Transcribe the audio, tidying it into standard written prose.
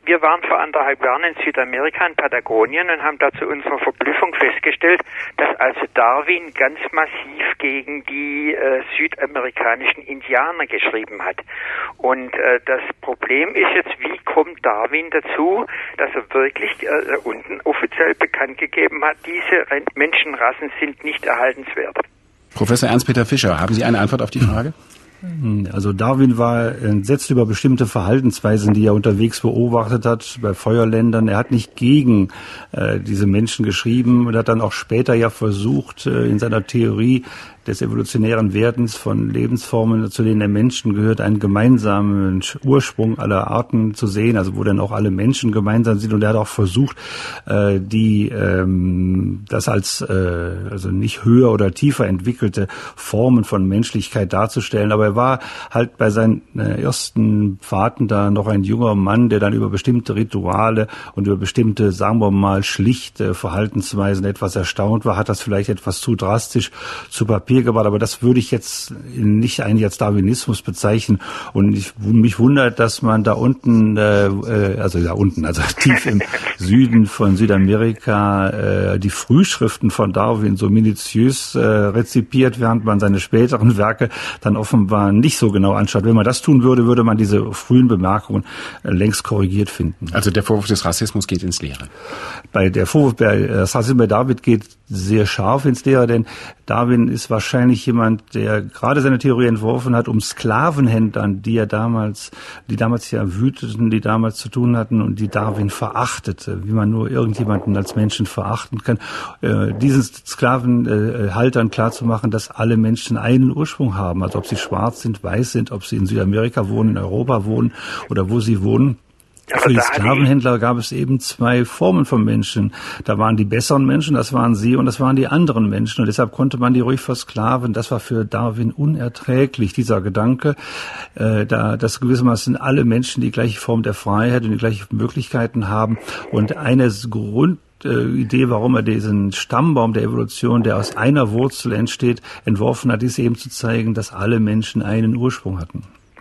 Wir waren vor 1,5 Jahren in Südamerika, in Patagonien, und haben da zu unserer Verblüffung festgestellt, dass also Darwin ganz massiv gegen die südamerikanischen Indianer geschrieben hat. Und das Problem ist jetzt, wie kommt Darwin dazu, dass er wirklich unten offiziell bekannt gegeben hat, diese Menschenrassen sind nicht erhaltenswert. Professor Ernst-Peter Fischer, haben Sie eine Antwort auf die Frage? Also Darwin war entsetzt über bestimmte Verhaltensweisen, die er unterwegs beobachtet hat bei Feuerländern. Er hat nicht gegen diese Menschen geschrieben und hat dann auch später ja versucht, in seiner Theorie des evolutionären Werdens von Lebensformen, zu denen der Menschen gehört, einen gemeinsamen Ursprung aller Arten zu sehen, also wo dann auch alle Menschen gemeinsam sind. Und er hat auch versucht, das als also nicht höher oder tiefer entwickelte Formen von Menschlichkeit darzustellen. Aber er war halt bei seinen ersten Fahrten da noch ein junger Mann, der dann über bestimmte Rituale und über bestimmte, sagen wir mal, schlichte Verhaltensweisen etwas erstaunt war, hat das vielleicht etwas zu drastisch zu Papier gebracht, aber das würde ich jetzt nicht eigentlich als Darwinismus bezeichnen. Und mich wundert, dass man da unten, also tief im Süden von Südamerika, die Frühschriften von Darwin so minutiös rezipiert, während man seine späteren Werke dann offenbar nicht so genau anschaut. Wenn man das tun würde, würde man diese frühen Bemerkungen längst korrigiert finden. Also der Vorwurf des Rassismus geht ins Leere. Der Vorwurf des Rassismus bei Darwin geht sehr scharf ins Leere, denn Darwin ist wahrscheinlich jemand, der gerade seine Theorie entworfen hat, um Sklavenhändlern, die damals ja wüteten, die damals zu tun hatten und die Darwin verachtete, wie man nur irgendjemanden als Menschen verachten kann, diesen Sklavenhaltern klarzumachen, dass alle Menschen einen Ursprung haben, also ob sie schwarz sind, weiß sind, ob sie in Südamerika wohnen, in Europa wohnen oder wo sie wohnen. Für die Sklavenhändler gab es eben zwei Formen von Menschen. Da waren die besseren Menschen, das waren sie, und das waren die anderen Menschen. Und deshalb konnte man die ruhig versklaven. Das war für Darwin unerträglich, dieser Gedanke, dass gewissermaßen alle Menschen die gleiche Form der Freiheit und die gleichen Möglichkeiten haben. Und eine Grundidee, warum er diesen Stammbaum der Evolution, der aus einer Wurzel entsteht, entworfen hat, ist eben zu zeigen, dass alle Menschen einen Ursprung hatten.